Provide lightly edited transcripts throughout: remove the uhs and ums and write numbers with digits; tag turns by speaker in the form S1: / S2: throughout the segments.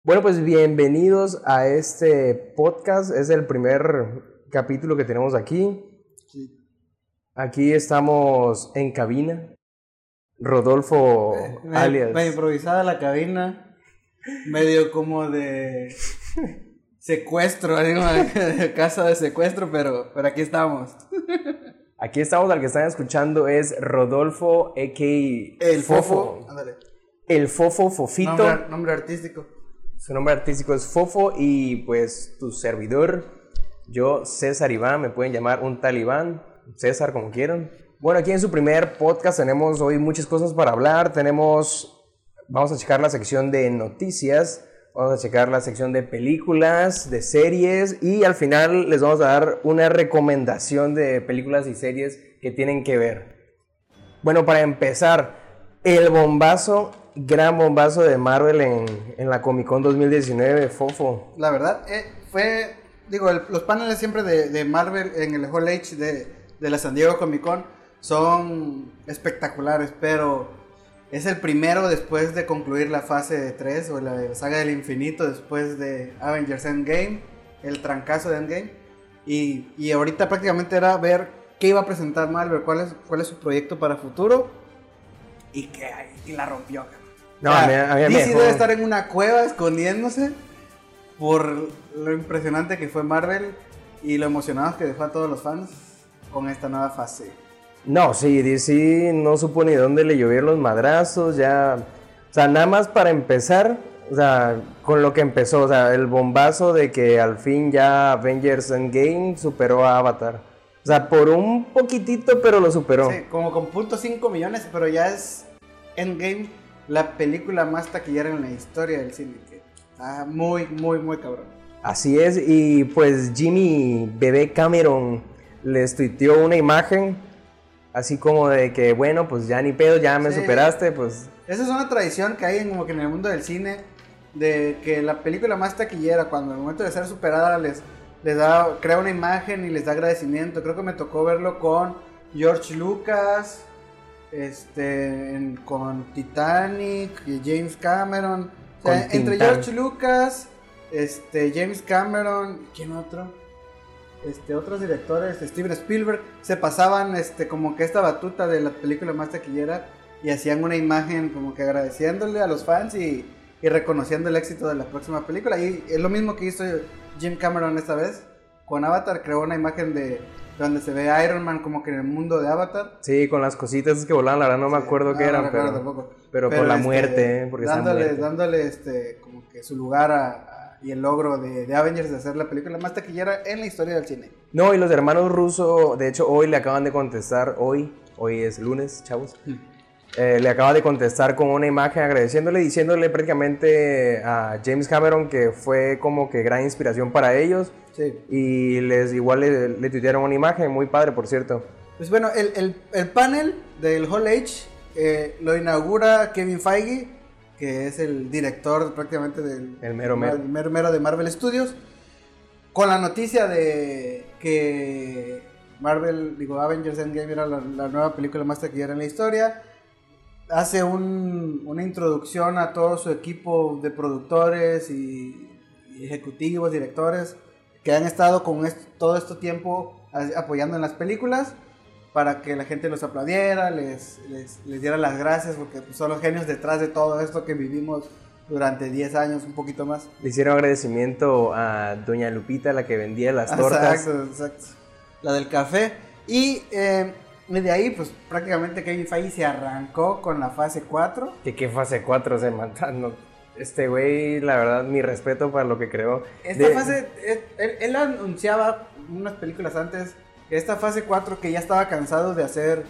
S1: Bueno, pues bienvenidos a este podcast. Es el primer capítulo que tenemos aquí.
S2: Sí.
S1: Aquí estamos en cabina. Rodolfo, alias.
S2: Me improvisada la cabina, medio como de secuestro, digo, de casa de secuestro, pero aquí estamos.
S1: Aquí estamos, al que están escuchando es Rodolfo, a.k.a.
S2: El Fofo, ándale.
S1: El Fofo, Fofito.
S2: Nombre artístico.
S1: Su nombre artístico es Fofo y pues tu servidor, yo César Iván, me pueden llamar un tal Iván, César como quieran. Bueno, aquí en su primer podcast tenemos hoy muchas cosas para hablar. Vamos a checar la sección de noticias, vamos a checar la sección de películas, de series y al final les vamos a dar una recomendación de películas y series que tienen que ver. Bueno, para empezar, el gran bombazo de Marvel en la Comic Con 2019, Fofo.
S2: La verdad, los paneles siempre de Marvel en el Hall H de la San Diego Comic Con son espectaculares, pero es el primero después de concluir la fase 3 o la saga del infinito, después de Avengers Endgame, el trancazo de Endgame, y ahorita prácticamente era ver qué iba a presentar Marvel, cuál es su proyecto para futuro, y la rompió.
S1: No,
S2: o sea, DC
S1: mejor.
S2: debe estar en una cueva escondiéndose por lo impresionante que fue Marvel y lo emocionados que dejó a todos los fans con esta nueva fase.
S1: No, sí, DC no supo ni dónde le llovieron los madrazos, ya, o sea, nada más para empezar, o sea, con lo que empezó, o sea, el bombazo de que al fin ya Avengers Endgame superó a Avatar. O sea, por un poquitito, pero lo superó.
S2: Sí, como con .5 millones, pero ya es Endgame la película más taquillera en la historia del cine, que está muy, muy, muy cabrón.
S1: Así es, y pues Jimmy Bebé Cameron les tuiteó una imagen, así como de que, bueno, pues ya ni pedo, ya me superaste, pues...
S2: Esa es una tradición que hay como que en el mundo del cine, de que la película más taquillera, cuando en el momento de ser superada, crea una imagen y les da agradecimiento. Creo que me tocó verlo con George Lucas, con Titanic y James Cameron. O sea, entre George Lucas, James Cameron, ¿quién otro? Otros directores, Steven Spielberg, se pasaban como que esta batuta de la película más taquillera y hacían una imagen como que agradeciéndole a los fans y reconociendo el éxito de la próxima película. Y es lo mismo que hizo Jim Cameron esta vez con Avatar, creó una imagen de donde se ve a Iron Man como que en el mundo de Avatar.
S1: Sí, con las cositas que volaban, la verdad no me acuerdo qué eran, pero con la muerte, porque
S2: dándole como que su lugar y el logro de Avengers de hacer la película más taquillera en la historia del cine.
S1: No, y los hermanos Russo, de hecho hoy le acaban de contestar, hoy es lunes, chavos, le acaba de contestar con una imagen agradeciéndole, diciéndole prácticamente a James Cameron que fue como que gran inspiración para ellos.
S2: Sí.
S1: Y igual le tuitearon una imagen, muy padre por cierto.
S2: Pues bueno, el panel del Hall H lo inaugura Kevin Feige, que es el director prácticamente
S1: el mero
S2: de Marvel Studios, con la noticia de que Avengers Endgame era la nueva película más taquillera en la historia. Hace una introducción a todo su equipo de productores y ejecutivos, directores, que han estado con todo este tiempo apoyando en las películas, para que la gente los aplaudiera, les diera las gracias, porque pues, son los genios detrás de todo esto que vivimos durante 10 años, un poquito más.
S1: Le hicieron agradecimiento a doña Lupita, la que vendía las tortas.
S2: Exacto. La del café. Y de ahí, pues prácticamente Kevin Feige se arrancó con la fase 4.
S1: ¿Qué fase 4 se matan? Este güey, la verdad, mi respeto para lo que creó.
S2: Esta fase, él anunciaba unas películas antes, que esta fase 4 que ya estaba cansado de hacer,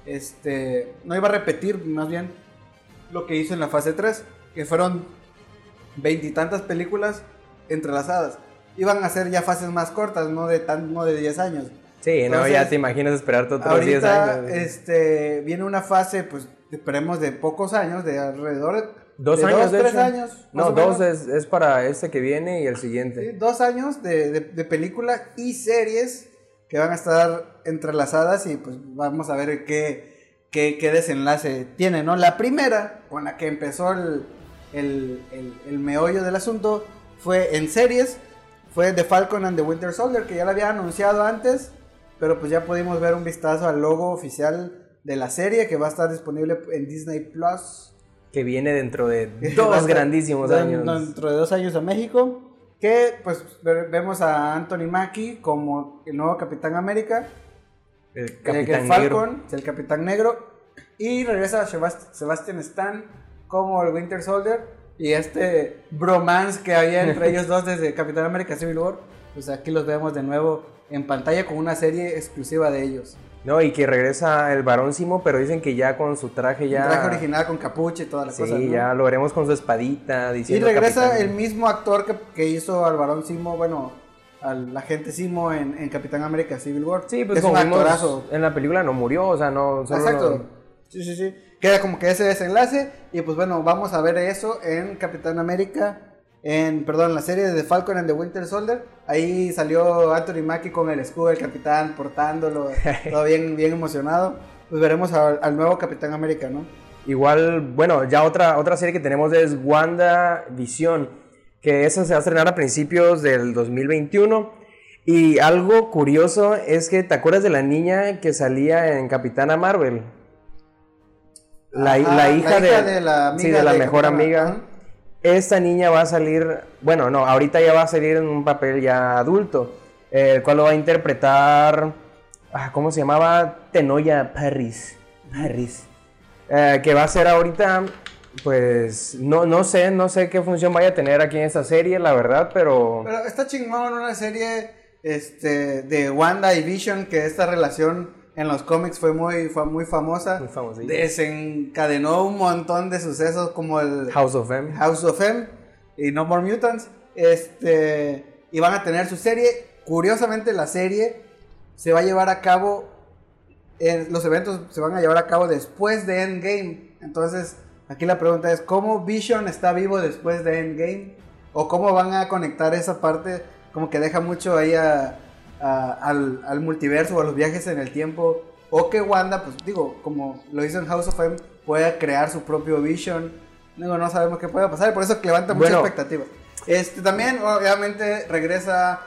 S2: no iba a repetir más bien lo que hizo en la fase 3, que fueron 20 y tantas películas entrelazadas. Iban a ser ya fases más cortas, no de 10 años.
S1: Sí, entonces, no, ya te imaginas esperarte otros 10 años.
S2: Viene una fase, pues, esperemos de pocos años, de alrededor de
S1: 2 años,
S2: 3 años.
S1: No, 2 es para este que viene y el siguiente.
S2: Sí, 2 años de películas y series que van a estar entrelazadas y pues vamos a ver qué desenlace tiene, ¿no? La primera, con la que empezó el meollo del asunto fue en series. Fue The Falcon and the Winter Soldier, que ya lo había anunciado antes, pero pues ya pudimos ver un vistazo al logo oficial de la serie, que va a estar disponible en Disney Plus.
S1: Que viene dentro de 2 grandísimos años.
S2: Dentro de 2 años a México. Que pues vemos a Anthony Mackie como el nuevo Capitán América.
S1: El Capitán
S2: Falcon,
S1: Negro.
S2: el Capitán Negro. Y regresa Sebastian Stan como el Winter Soldier. Y este bromance que había entre ellos dos desde Capitán América Civil War, pues aquí los vemos de nuevo en pantalla con una serie exclusiva de ellos.
S1: No, y que regresa el Barón Zemo, pero dicen que ya con su traje ya...
S2: Un traje original con capucha y todas las cosas,
S1: Sí,
S2: ¿no?
S1: ya lo veremos con su espadita diciendo
S2: Y regresa
S1: Capitán.
S2: el mismo actor que hizo al Barón Zemo, bueno, al agente Zemo en Capitán América Civil War.
S1: Sí, pues
S2: es
S1: como
S2: un
S1: vimos,
S2: actorazo.
S1: en la película no murió, o sea, no... Solo
S2: Exacto. Sí. Queda como que ese desenlace. Y pues bueno, vamos a ver eso en Capitán América. En la serie de The Falcon and the Winter Soldier. Ahí salió Anthony Mackie con el escudo del capitán, portándolo. Todo bien emocionado. Pues veremos al nuevo Capitán América, ¿no?
S1: Igual, bueno, ya otra serie que tenemos es WandaVision, que esa se va a estrenar a principios del 2021. Y algo curioso es que, ¿te acuerdas de la niña que salía en Capitana Marvel? La hija de
S2: la amiga,
S1: sí, de la mejor
S2: Capitana.
S1: amiga.
S2: Ajá.
S1: Esta niña va a salir, bueno, no, ahorita ya va a salir en un papel ya adulto, el cual lo va a interpretar, ¿cómo se llamaba? Tenoya Parris, que va a ser ahorita, pues, no sé qué función vaya a tener aquí en esta serie, la verdad, pero
S2: está chingón una serie de Wanda y Vision, que esta relación en los cómics fue muy famosa.
S1: Muy famosa, sí.
S2: Desencadenó un montón de sucesos como el
S1: House of M.
S2: Y No More Mutants. Y van a tener su serie. Curiosamente, la serie se va a llevar a cabo. Los eventos se van a llevar a cabo después de Endgame. Entonces, aquí la pregunta es: ¿cómo Vision está vivo después de Endgame? ¿O cómo van a conectar esa parte? Como que deja mucho ahí al multiverso o a los viajes en el tiempo, o que Wanda, pues digo, como lo hizo en House of M, pueda crear su propio Vision. No sabemos qué pueda pasar, por eso que levanta mucha expectativa. También obviamente regresa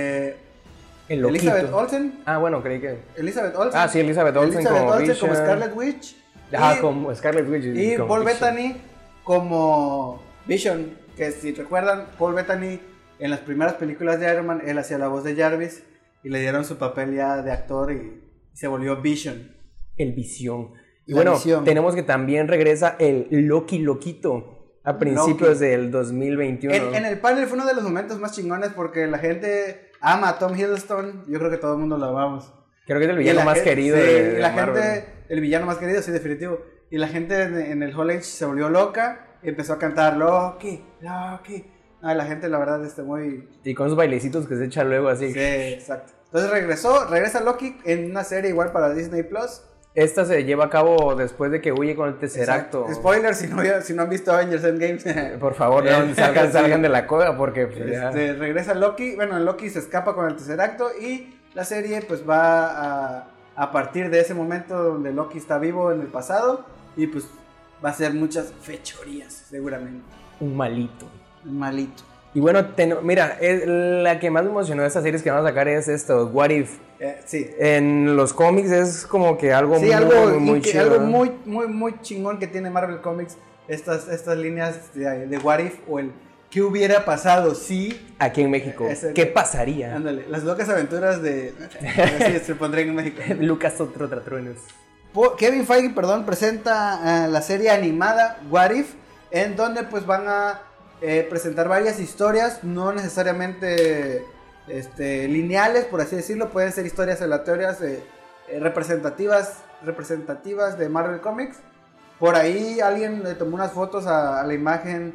S2: Elizabeth Olsen.
S1: Bueno, creí que...
S2: Elizabeth Olsen.
S1: Sí, Elizabeth Olsen
S2: como Scarlet Witch.
S1: Como Scarlet Witch.
S2: Y
S1: como
S2: Paul
S1: Vision.
S2: Bettany como Vision, que si recuerdan, Paul Bettany en las primeras películas de Iron Man, él hacía la voz de Jarvis. Y le dieron su papel ya de actor y se volvió Vision.
S1: El Visión. Y
S2: La Visión.
S1: tenemos que también regresa el Loquito a principios del 2021.
S2: En el panel fue uno de los momentos más chingones porque la gente ama a Tom Hiddleston. Yo creo que todo el mundo lo amamos.
S1: Creo que es el villano más querido
S2: de
S1: la Marvel.
S2: gente, el villano más querido, sí, definitivo. Y la gente en el Hall H se volvió loca y empezó a cantar Loki. La gente, la verdad, muy...
S1: Y con esos bailecitos que se echa luego así.
S2: Sí, exacto. Entonces regresa Loki en una serie igual para Disney Plus.
S1: Esta se lleva a cabo después de que huye con el Tesseracto.
S2: Spoiler, si no han visto Avengers Endgame.
S1: Por favor, no salgan de la coda porque...
S2: Regresa Loki. Bueno, Loki se escapa con el Tesseracto y la serie pues va a partir de ese momento donde Loki está vivo en el pasado y pues va a ser muchas fechorías, seguramente.
S1: Un malito. Y bueno, mira, la que más me emocionó de estas series que van a sacar es esto, What If.
S2: Sí.
S1: En los cómics es como que algo muy chido.
S2: Algo muy chingón que tiene Marvel Comics, estas líneas de What If o el ¿qué hubiera pasado si?
S1: Aquí en México, ¿qué pasaría?
S2: Ándale, las locas aventuras de... Así se pondría en México.
S1: Lucas Trotratruenos.
S2: Kevin Feige, presenta la serie animada What If, en donde pues van a presentar varias historias, no necesariamente lineales, por así decirlo, pueden ser historias aleatorias representativas de Marvel Comics. Por ahí alguien le tomó unas fotos a la imagen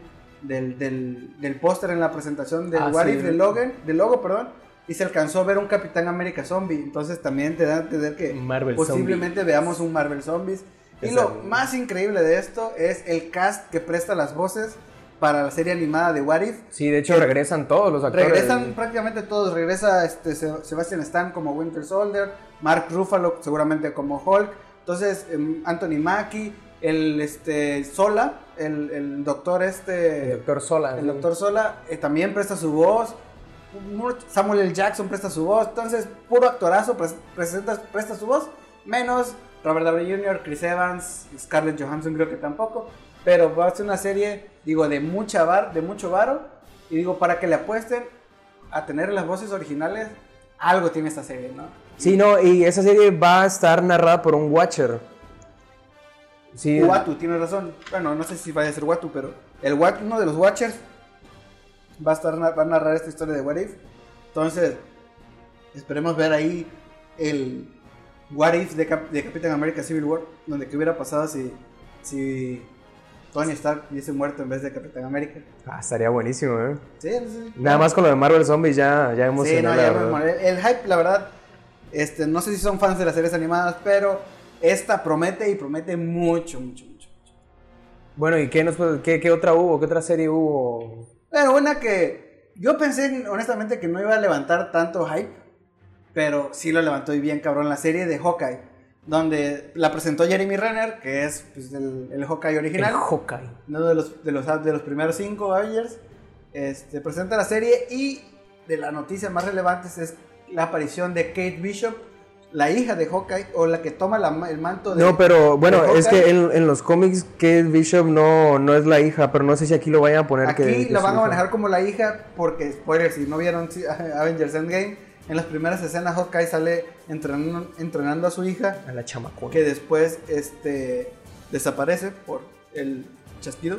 S2: del póster en la presentación de What If, del logo, y se alcanzó a ver un Capitán América zombie. Entonces también te da a entender que
S1: Marvel
S2: posiblemente veamos un Marvel Zombies. Y lo más increíble de esto es el cast que presta las voces para la serie animada de What If.
S1: Sí, de hecho regresan todos los actores.
S2: Regresan prácticamente todos. Regresa Sebastian Stan como Winter Soldier, Mark Ruffalo seguramente como Hulk. Entonces Anthony Mackie, Sola, el doctor
S1: El doctor Sola.
S2: el doctor Sola también presta su voz. Samuel L. Jackson presta su voz. Entonces, puro actorazo presta su voz. Menos Robert Downey Jr., Chris Evans, Scarlett Johansson creo que tampoco. Pero va a ser una serie, digo, de mucho varo. Y digo, para que le apuesten a tener las voces originales, algo tiene esta serie, ¿no?
S1: Sí, no, y esa serie va a estar narrada por un Watcher. Sí.
S2: Uatu, tiene razón. Bueno, no sé si vaya a ser Uatu, pero uno de los Watchers va a narrar esta historia de What If. Entonces, esperemos ver ahí el What If de Capitán America Civil War, donde qué hubiera pasado si Tony Stark hubiese muerto en vez de Capitán América.
S1: Estaría buenísimo, ¿eh?
S2: Sí, sí.
S1: Nada más con lo de Marvel Zombies ya emocioné.
S2: Sí, no, ya me emocioné. El hype, la verdad, no sé si son fans de las series animadas, pero esta promete mucho.
S1: Bueno, ¿y qué otra hubo? ¿Qué otra serie hubo?
S2: Bueno, una que yo pensé honestamente que no iba a levantar tanto hype, pero sí lo levantó y bien cabrón, la serie de Hawkeye, donde la presentó Jeremy Renner, que es pues, el Hawkeye original.
S1: El Hawkeye.
S2: Uno de los primeros 5 Avengers. Presenta la serie y de las noticias más relevantes es la aparición de Kate Bishop, la hija de Hawkeye, o la que toma el manto de...
S1: No, pero bueno, es que en los cómics Kate Bishop no es la hija, pero no sé si aquí lo vayan a poner.
S2: Aquí la van a manejar como la hija, porque, spoiler, si no vieron Avengers Endgame, en las primeras escenas Hawkeye sale entrenando a su hija,
S1: a la chamacona,
S2: que después desaparece por el chasquido.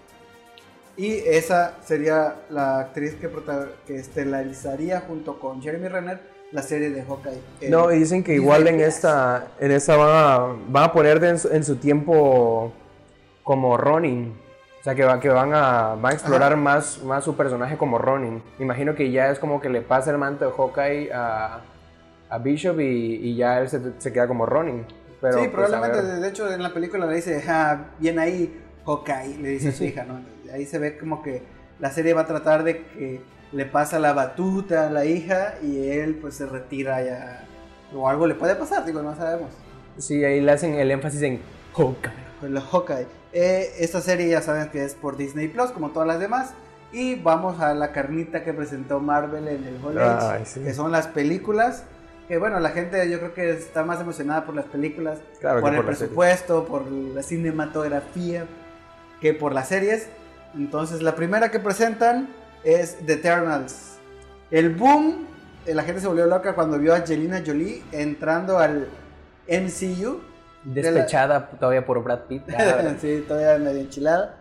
S2: Y esa sería la actriz que estelarizaría junto con Jeremy Renner la serie de Hawkeye.
S1: No, y dicen que igual en esta van a poner en su tiempo como Ronin. O sea, que van a explorar más su personaje como Ronin. Imagino que ya es como que le pasa el manto de Hawkeye a Bishop y ya él se queda como Ronin. Pero,
S2: sí,
S1: pues,
S2: probablemente, de hecho en la película le dice, bien ahí Hawkeye, le dice a su hija, ¿no? Ahí se ve como que la serie va a tratar de que le pasa la batuta a la hija y él pues se retira ya. O algo le puede pasar, digo, no sabemos.
S1: Sí, ahí le hacen el énfasis en Hawkeye.
S2: Pues la Hawkeye. Esta serie ya saben que es por Disney Plus, como todas las demás. Y vamos a la carnita que presentó Marvel en el Hall H,
S1: sí.
S2: que son las películas. Que bueno, la gente yo creo que está más emocionada por las películas,
S1: claro,
S2: por el presupuesto, por la cinematografía, que por las series. Entonces la primera que presentan es The Eternals. El boom, la gente se volvió loca cuando vio a Angelina Jolie entrando al MCU.
S1: Despechada todavía por Brad Pitt.
S2: Sí, todavía medio enchilada.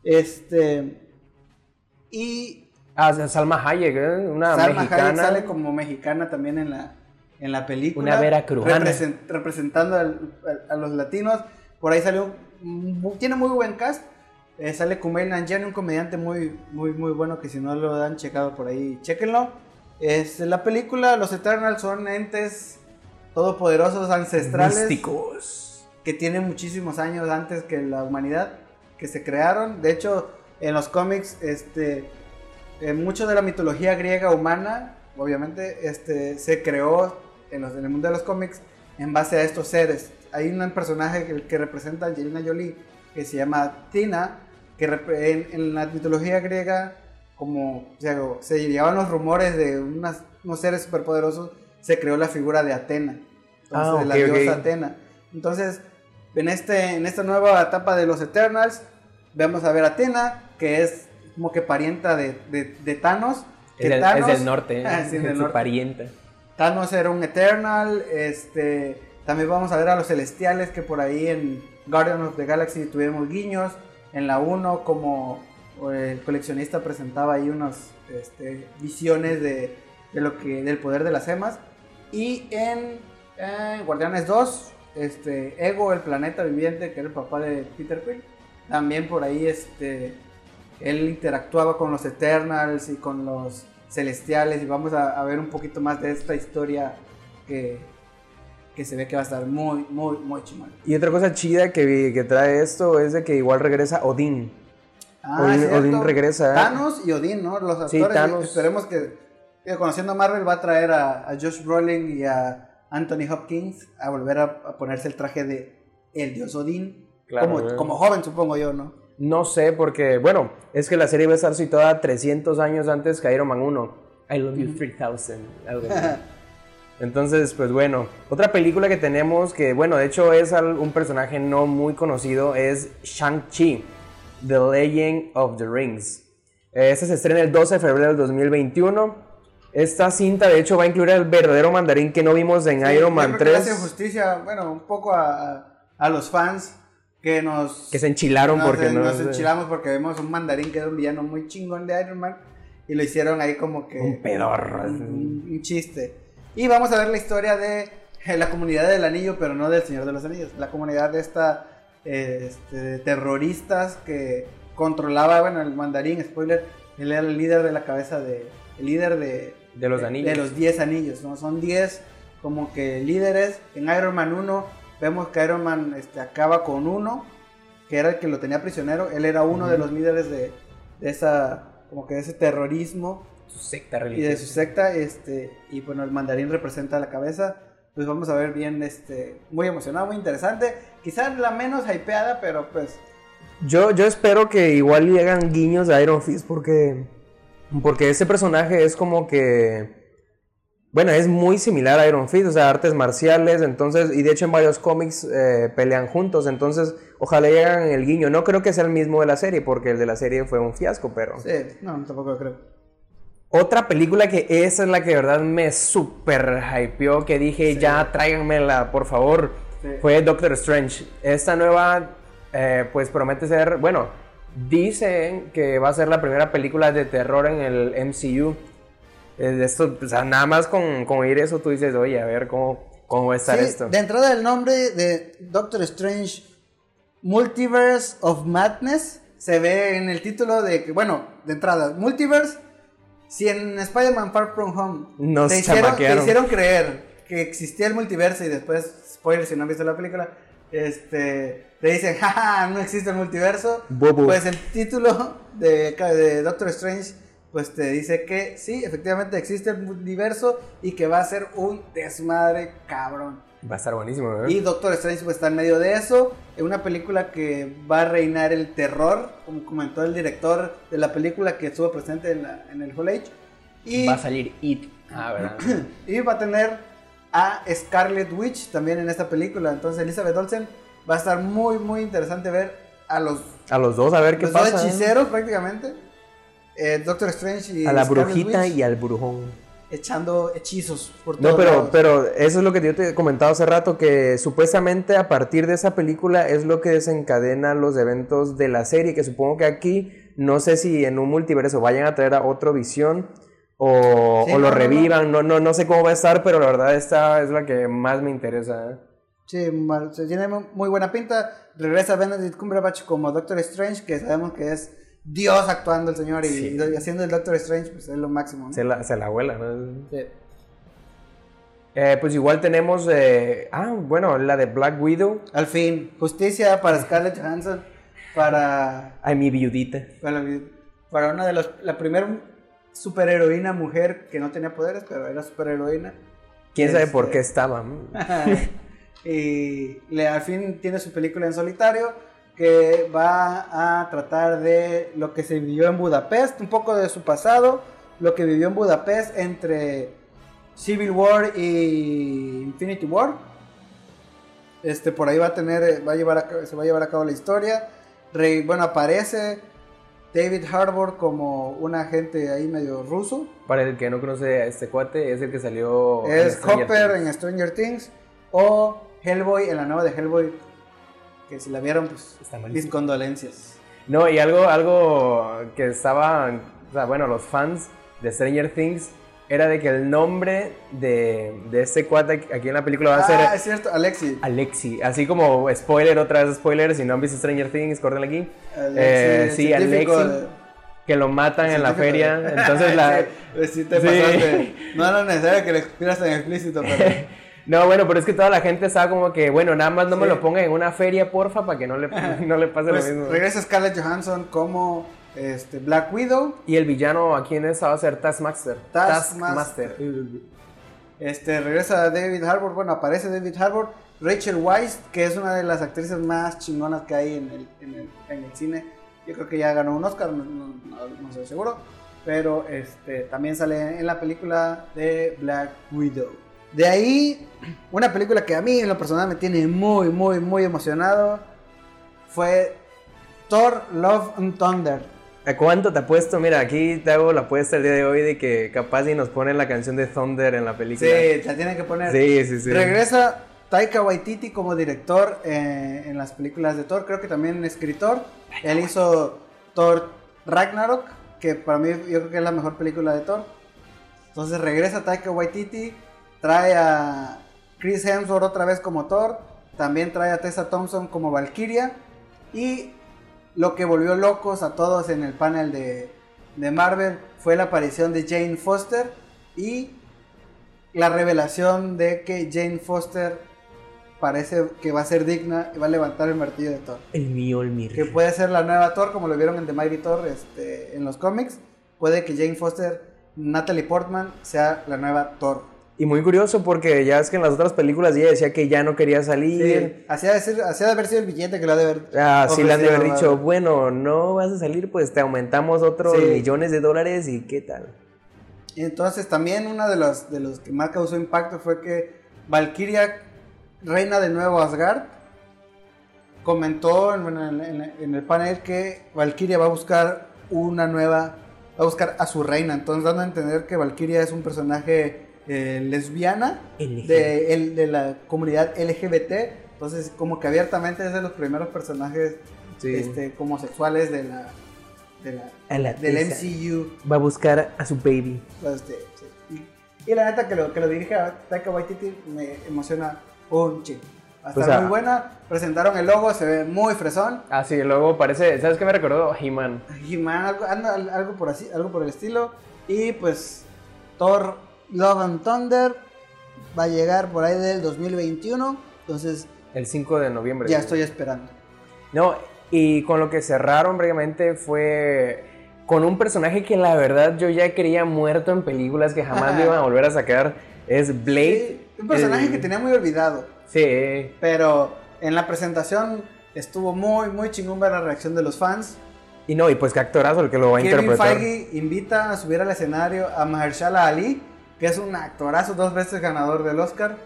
S2: Y
S1: Salma Hayek, una
S2: Salma
S1: mexicana.
S2: Hayek sale como mexicana también en la película.
S1: Una veracrujana.
S2: Representando a los latinos. Por ahí salió, tiene muy buen cast. Sale Kumail Nanjiani, un comediante muy bueno, que si no lo han checado por ahí, chéquenlo. La película, los Eternals son entes todopoderosos, ancestrales,
S1: místicos,
S2: que tienen muchísimos años antes que la humanidad, que se crearon. De hecho, en los cómics, mucho de la mitología griega humana, obviamente, se creó en el mundo de los cómics en base a estos seres. Hay un personaje que representa a Angelina Jolie, que se llama Tina, que en la mitología griega, como se llegaban los rumores de unos seres superpoderosos, se creó la figura de Atena, entonces, de la diosa Atena. Entonces, en esta nueva etapa de los Eternals, vamos a ver a Atena, que es como que parienta de Thanos.
S1: Es del norte,
S2: sí,
S1: es su parienta.
S2: Thanos era un Eternal. También vamos a ver a los Celestiales, que por ahí en Guardians of the Galaxy tuvimos guiños. En la 1, como el coleccionista presentaba ahí unas visiones del poder de las gemas. Y en Guardianes 2, Ego, el planeta viviente, que era el papá de Peter Quill, también por ahí él interactuaba con los Eternals y con los Celestiales. Y vamos a ver un poquito más de esta historia que se ve que va a estar muy chingón.
S1: Y otra cosa chida que trae esto es de que igual regresa Odín. Odín regresa.
S2: Thanos y Odín, ¿no? Los actores. Sí,
S1: Thanos.
S2: Esperemos que, conociendo a Marvel, va a traer a Josh Brolin y a Anthony Hopkins a volver a ponerse el traje de el dios Odín.
S1: Claro,
S2: como joven, supongo yo, ¿no?
S1: No sé, porque, bueno, es que la serie va a estar situada 300 años antes que Iron Man 1. I love you 3000, algo así. Entonces, pues bueno, otra película que tenemos que, bueno, de hecho es un personaje no muy conocido, es Shang-Chi, The Legend of the Rings. Esta se estrena el 12 de febrero del 2021. Esta cinta, de hecho, va a incluir al verdadero mandarín que no vimos en Iron Man 3.
S2: Que le hace justicia, bueno, un poco a los fans que
S1: se enchilaron porque
S2: nos enchilamos porque vemos un mandarín que era un villano muy chingón de Iron Man y lo hicieron ahí como que
S1: un pedorro,
S2: un chiste. Y vamos a ver la historia de la comunidad del anillo, pero no del Señor de los Anillos, la comunidad de terroristas que controlaba, bueno, el mandarín, spoiler, él era el líder de la cabeza el líder de
S1: los anillos,
S2: de los 10 anillos, ¿no? Son 10 como que líderes. En Iron Man 1 vemos que Iron Man acaba con uno, que era el que lo tenía prisionero. Él era uno de los líderes de esa, como que de ese terrorismo.
S1: Su secta religiosa.
S2: Y de su secta, y bueno, el mandarín representa la cabeza. Pues vamos a ver bien, muy emocionado, muy interesante. Quizás la menos hypeada, pero pues...
S1: Yo espero que igual llegan guiños de Iron Fist porque ese personaje es como que... Bueno, es muy similar a Iron Fist, o sea, artes marciales, entonces, y de hecho en varios cómics pelean juntos, entonces ojalá lleguen el guiño. No creo que sea el mismo de la serie, porque el de la serie fue un fiasco, pero...
S2: Sí, no, tampoco lo creo.
S1: Otra película que esa es la que de verdad me super hypeó, que dije, sí, ya tráiganmela, por favor, sí, fue Doctor Strange. Esta nueva, pues promete ser, bueno, dicen que va a ser la primera película de terror en el MCU. Esto, o sea, nada más con oír eso tú dices, oye, a ver cómo va a estar esto.
S2: De entrada el nombre de Doctor Strange, Multiverse of Madness, se ve en el título de que, bueno, de entrada, Multiverse, si en Spider-Man Far From Home te hicieron creer que existía el multiverso y después, spoiler si no han visto la película, te dicen, jaja, no existe el multiverso,
S1: Bobo.
S2: Pues el título de Doctor Strange pues te dice que sí, efectivamente existe el multiverso y que va a ser un desmadre cabrón.
S1: Va a estar buenísimo, ¿eh?
S2: Y Doctor Strange pues está en medio de eso, en una película que va a reinar el terror, como comentó el director de la película que estuvo presente en el Hall H. Y
S1: va a salir It. ¿Verdad?
S2: Y va a tener a Scarlet Witch también en esta película, entonces Elizabeth Olsen va a estar muy muy interesante ver a los
S1: dos, a ver qué pasa.
S2: Los dos hechiceros prácticamente. Doctor Strange y
S1: a la
S2: Scarlet
S1: brujita
S2: Witch,
S1: y al brujón
S2: echando hechizos por todos
S1: lados.
S2: No,
S1: pero eso es lo que yo te he comentado hace rato, que supuestamente a partir de esa película es lo que desencadena los eventos de la serie, que supongo que aquí, no sé si en un multiverso vayan a traer a otro Visión o lo revivan, no sé cómo va a estar, pero la verdad esta es la que más me interesa, ¿eh?
S2: Sí, se tiene muy buena pinta. Regresa Benedict Cumberbatch como Doctor Strange, que sabemos que es Dios actuando el señor y haciendo el Doctor Strange, pues es lo máximo, ¿no?
S1: Se la abuela, ¿no?
S2: Sí.
S1: Pues igual tenemos, bueno, la de Black Widow.
S2: Al fin, justicia para Scarlett Johansson, para...
S1: Ay, mi viudita.
S2: Para una de la primera superheroína mujer que no tenía poderes, pero era superheroína.
S1: ¿Quién sabe por qué estaba?
S2: Y al fin tiene su película en solitario, que va a tratar de lo que se vivió en Budapest, un poco de su pasado, lo que vivió en Budapest entre Civil War y Infinity War. Por ahí se va a llevar a cabo la historia. Aparece David Harbour como un agente ahí medio ruso.
S1: Para el que no conoce a este cuate, es el que salió...
S2: Es Hopper en Stranger Things, o Hellboy en la nueva de Hellboy, que si la vieron, pues, mis condolencias.
S1: No, y algo que estaban, o sea, bueno, los fans de Stranger Things, era de que el nombre de este cuate aquí en la película va a ser...
S2: es cierto, Alexi.
S1: Así como spoiler, otra vez spoiler, si no han visto Stranger Things, corten aquí.
S2: Alexi,
S1: que lo matan en la feria, entonces
S2: sí te pasaste. No era necesario que le escribieras tan explícito, pero...
S1: No, bueno, pero es que toda la gente estaba como que, bueno, nada más no me lo pongan en una feria, porfa, para que no le pase
S2: pues,
S1: lo mismo.
S2: Regresa Scarlett Johansson como Black Widow.
S1: Y el villano aquí en esta va a ser Taskmaster.
S2: Regresa David Harbour, aparece David Harbour. Rachel Weisz, que es una de las actrices más chingonas que hay en el cine. Yo creo que ya ganó un Oscar, no estoy seguro. Pero también sale en la película de Black Widow. De ahí, una película que a mí en lo personal me tiene muy, muy, muy emocionado fue Thor, Love and Thunder.
S1: ¿A cuánto te apuesto? Mira, aquí te hago la apuesta el día de hoy de que capaz y nos ponen la canción de Thunder en la película.
S2: Sí, la tienen que poner.
S1: Sí.
S2: Regresa Taika Waititi como director en las películas de Thor, creo que también escritor. Él hizo Thor Ragnarok, que para mí yo creo que es la mejor película de Thor. Entonces regresa Taika Waititi, trae a Chris Hemsworth otra vez como Thor, también trae a Tessa Thompson como Valkyria, y lo que volvió locos a todos en el panel de Marvel fue la aparición de Jane Foster y la revelación de que Jane Foster parece que va a ser digna y va a levantar el martillo de Thor.
S1: El Mjolnir.
S2: Que puede ser la nueva Thor, como lo vieron en The Mighty Thor en los cómics. Puede que Jane Foster, Natalie Portman, sea la nueva Thor.
S1: Y muy curioso porque ya es que en las otras películas ella decía que ya no quería salir.
S2: Sí, hacía de haber sido el billete que lo ha de haber.
S1: Sí, le han de haber dicho, bueno, no vas a salir, pues te aumentamos otros millones de dólares y qué tal.
S2: Y entonces también uno de los que más causó impacto fue que Valkyria, reina de Nuevo Asgard, comentó en el panel que Valkyria va a buscar va a buscar a su reina, entonces dando a entender que Valkyria es un personaje lesbiana de la comunidad LGBT, entonces como que abiertamente es de los primeros personajes como sexuales del MCU.
S1: Va a buscar a su baby.
S2: Y la neta que lo dirige a Taika Waititi me emociona un chingo. Va a estar muy buena. Presentaron el logo, se ve muy fresón.
S1: Ah, sí, el logo parece, ¿sabes qué me recordó? He-Man.
S2: He-Man, algo por el estilo. Y pues Thor Love and Thunder va a llegar por ahí del 2021. Entonces
S1: el 5 de noviembre.
S2: Ya estoy esperando.
S1: No, y con lo que cerraron brevemente fue con un personaje que la verdad yo ya quería muerto en películas que jamás le iban a volver a sacar. Es Blade.
S2: Sí, un personaje que tenía muy olvidado.
S1: Sí.
S2: Pero en la presentación estuvo muy, muy chingón ver la reacción de los fans.
S1: Y pues qué actorazo el que lo va a interpretar.
S2: Kevin Feige invita a subir al escenario a Mahershala Ali, que es un actorazo, 2 veces ganador del Oscar.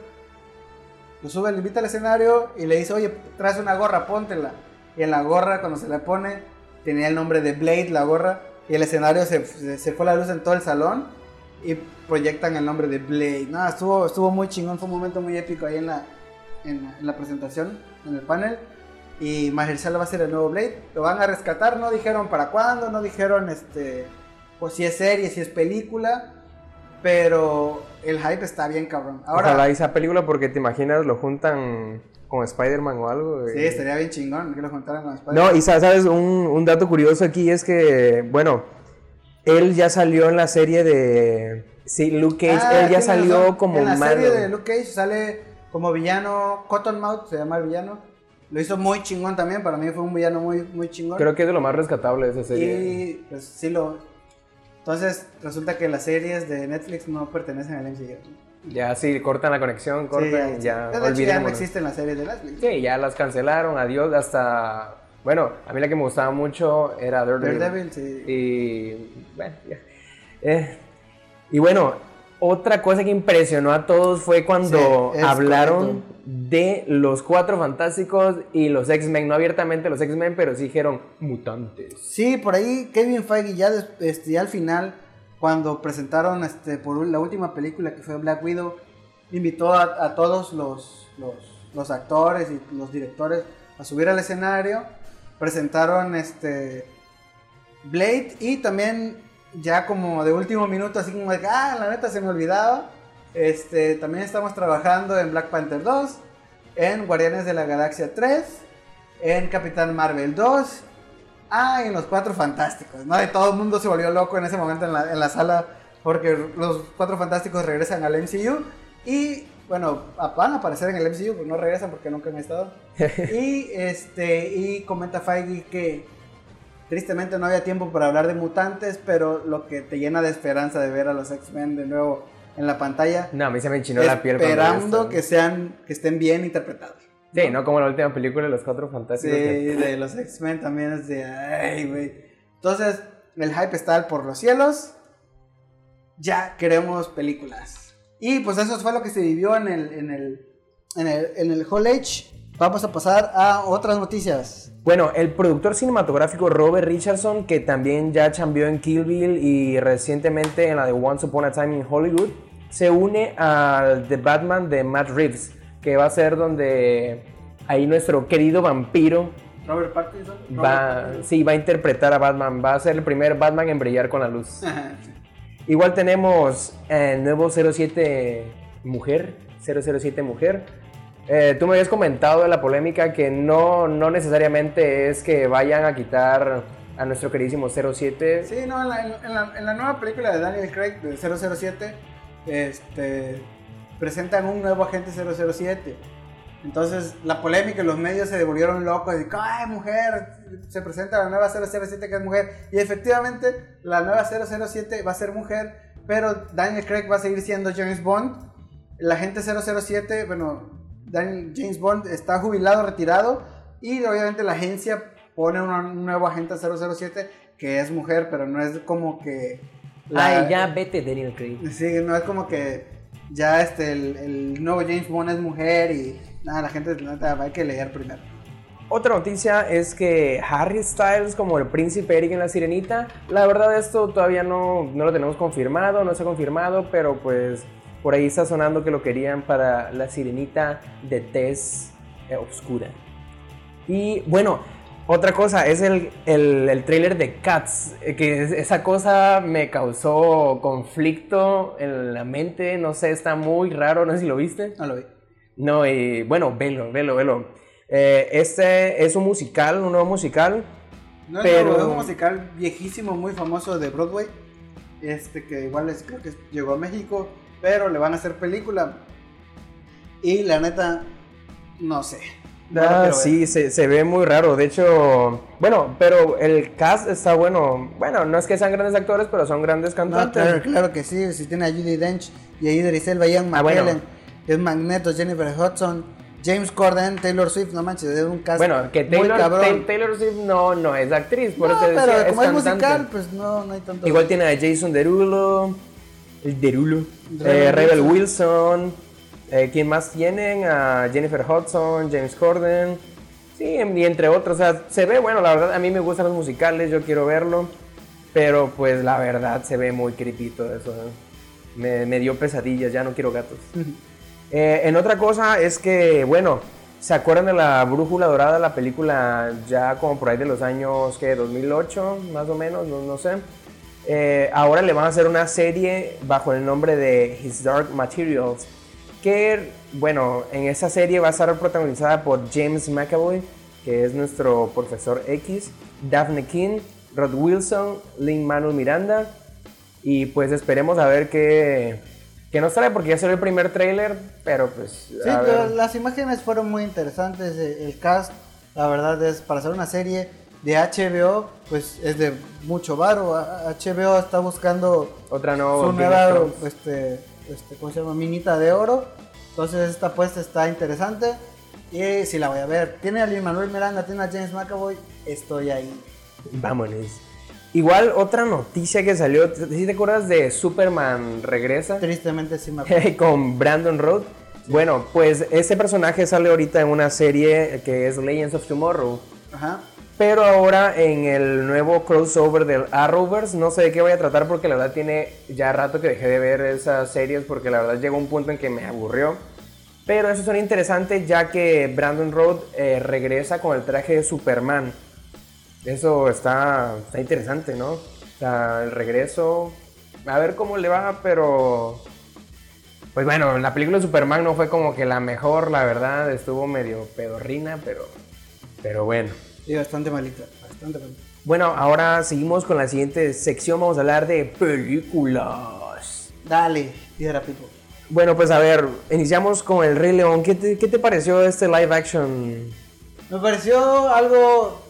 S2: Lo invita al escenario y le dice, oye, traes una gorra, póntela. Y en la gorra, cuando se la pone, tenía el nombre de Blade, la gorra. Y el escenario se fue la luz en todo el salón y proyectan el nombre de Blade. No, estuvo muy chingón, fue un momento muy épico ahí en la presentación, en el panel. Y Mahershala va a ser el nuevo Blade. Lo van a rescatar, no dijeron para cuándo, no dijeron pues si es serie, si es película. Pero el hype está bien cabrón. Ahora,
S1: ojalá esa película, porque te imaginas lo juntan con Spider-Man o algo.
S2: Sí, estaría bien chingón que lo juntaran con Spider-Man.
S1: No, y sabes, un dato curioso aquí es que, bueno, él ya salió en la serie de Luke Cage. Él ya salió razón. Como
S2: malo. En la
S1: malo.
S2: Serie de Luke Cage sale como villano, Cottonmouth se llama el villano. Lo hizo muy chingón también, para mí fue un villano muy, muy chingón.
S1: Creo que es de lo más rescatable de esa serie.
S2: Y pues sí Entonces resulta que las series de Netflix no pertenecen al MCU.
S1: Ya sí, cortan la conexión, cortan, ya
S2: olvidémonos. Ya no existen las series de Netflix.
S1: Sí, ya las cancelaron, adiós, hasta... Bueno, a mí la que me gustaba mucho era
S2: Daredevil, sí.
S1: Y bueno, ya. Y bueno, otra cosa que impresionó a todos fue cuando hablaron de los 4 Fantásticos y los X-Men, no abiertamente los X-Men, pero sí dijeron mutantes.
S2: Sí, por ahí Kevin Feige ya al final, cuando presentaron por la última película que fue Black Widow, invitó a todos los actores y los directores a subir al escenario, presentaron Blade y también ya como de último minuto, así como de la neta se me olvidaba. También estamos trabajando en Black Panther 2, en Guardianes de la Galaxia 3, en Capitán Marvel 2, y en los 4 Fantásticos, ¿no? Y todo el mundo se volvió loco en ese momento en la sala, porque los 4 Fantásticos regresan al MCU y, bueno, van a aparecer en el MCU, pero no regresan porque nunca han estado. Y comenta Feige que tristemente no había tiempo para hablar de mutantes, pero lo que te llena de esperanza de ver a los X-Men de nuevo en la pantalla.
S1: No, a mí se me enchinó la piel.
S2: Esperando que estén bien interpretados.
S1: Sí, no como la última película de los Cuatro Fantásticos.
S2: Sí, de los X-Men también es de... Ay, güey. Entonces, el hype está por los cielos. Ya queremos películas. Y pues eso fue lo que se vivió en el Hall H. Vamos a pasar a otras noticias.
S1: Bueno, el productor cinematográfico Robert Richardson, que también ya chambeó en Kill Bill y recientemente en la de Once Upon a Time in Hollywood, se une al The Batman de Matt Reeves, que va a ser donde ahí nuestro querido vampiro
S2: Robert Pattinson.
S1: va a interpretar a Batman, va a ser el primer Batman en brillar con la luz. Igual tenemos el nuevo 007 Mujer. Tú me habías comentado de la polémica que no necesariamente es que vayan a quitar a nuestro queridísimo 07.
S2: Sí, no, en la nueva película de Daniel Craig de 007, presentan un nuevo agente 007. Entonces la polémica y los medios se devolvieron locos y ¡ay, mujer! Se presenta la nueva 007 que es mujer. Y efectivamente la nueva 007 va a ser mujer, pero Daniel Craig va a seguir siendo James Bond. El agente 007, bueno, James Bond está jubilado, retirado, y obviamente la agencia pone un nuevo agente 007 que es mujer, pero no es como que...
S1: Ay, ya vete, Daniel Craig.
S2: Sí, no es como que ya el nuevo James Bond es mujer y nada, la gente hay que leer primero.
S1: Otra noticia es que Harry Styles como el príncipe Eric en La Sirenita, la verdad esto todavía no lo tenemos confirmado, no se ha confirmado, pero pues por ahí está sonando que lo querían para La Sirenita de tez oscura. Y bueno, otra cosa es el tráiler de Cats, que esa cosa me causó conflicto en la mente, no sé, está muy raro, no sé si lo viste.
S2: No lo vi.
S1: No, y bueno, velo. Este es un musical, un nuevo musical.
S2: No,
S1: pero...
S2: es un musical viejísimo, muy famoso de Broadway, que igual creo que llegó a México, pero le van a hacer película. Y la neta, no sé.
S1: Sí, se ve muy raro. De hecho, bueno, pero el cast está bueno. Bueno, no es que sean grandes actores, pero son grandes cantantes.
S2: No, claro que sí. Si tiene a Judi Dench y a Idris Elba, Ian McKellen,
S1: bueno.
S2: es Magneto, Jennifer Hudson, James Corden, Taylor Swift, no manches, es un cast
S1: bueno, que
S2: muy cabrón.
S1: Taylor Swift no es actriz, por eso
S2: No,
S1: te decía,
S2: pero como es
S1: cantante.
S2: musical, pues no hay tanto.
S1: Igual tiene a Jason Derulo, Rebel Wilson. ¿Quién más tienen? A Jennifer Hudson, James Corden. Sí, y entre otros. O sea, se ve bueno, la verdad. A mí me gustan los musicales, yo quiero verlo. Pero pues la verdad se ve muy creepy todo eso. Me dio pesadillas, ya no quiero gatos. En otra cosa es que, bueno, ¿se acuerdan de la Brújula Dorada? La película ya como por ahí de los años, ¿qué? 2008, más o menos, no sé. Ahora le van a hacer una serie bajo el nombre de His Dark Materials. Que, bueno, en esa serie va a estar protagonizada por James McAvoy, que es nuestro Profesor X, Daphne King, Rod Wilson, Lin-Manuel Miranda. Y pues esperemos a ver qué nos trae, porque ya salió el primer tráiler, pero pues...
S2: Sí, pero las imágenes fueron muy interesantes, el cast, la verdad es, para hacer una serie de HBO, pues es de mucho varo. HBO está buscando
S1: otra
S2: su nueva, ¿cómo se llama? Minita de oro. Entonces esta apuesta está interesante y sí la voy a ver. Tiene a Lin-Manuel Miranda, tiene a James McAvoy, estoy ahí.
S1: Vámonos. Igual otra noticia que salió, ¿sí te acuerdas de Superman Regresa?
S2: Tristemente sí me acuerdo.
S1: Con Brandon Routh. Sí. Bueno, pues este personaje sale ahorita en una serie que es Legends of Tomorrow.
S2: Ajá.
S1: Pero ahora en el nuevo crossover del Arrowverse, no sé de qué voy a tratar porque la verdad tiene ya rato que dejé de ver esas series porque la verdad llegó un punto en que me aburrió. Pero eso suena interesante ya que Brandon Routh regresa con el traje de Superman. Eso está interesante, ¿no? O sea, el regreso, a ver cómo le va, pero... Pues bueno, la película de Superman no fue como que la mejor, la verdad, estuvo medio pedorrina, pero bueno.
S2: Sí, bastante malita.
S1: Bueno, ahora seguimos con la siguiente sección, vamos a hablar de películas.
S2: Dale, piedra pipo.
S1: Bueno, pues a ver, iniciamos con El Rey León. ¿Qué te pareció este live action?
S2: Me pareció algo,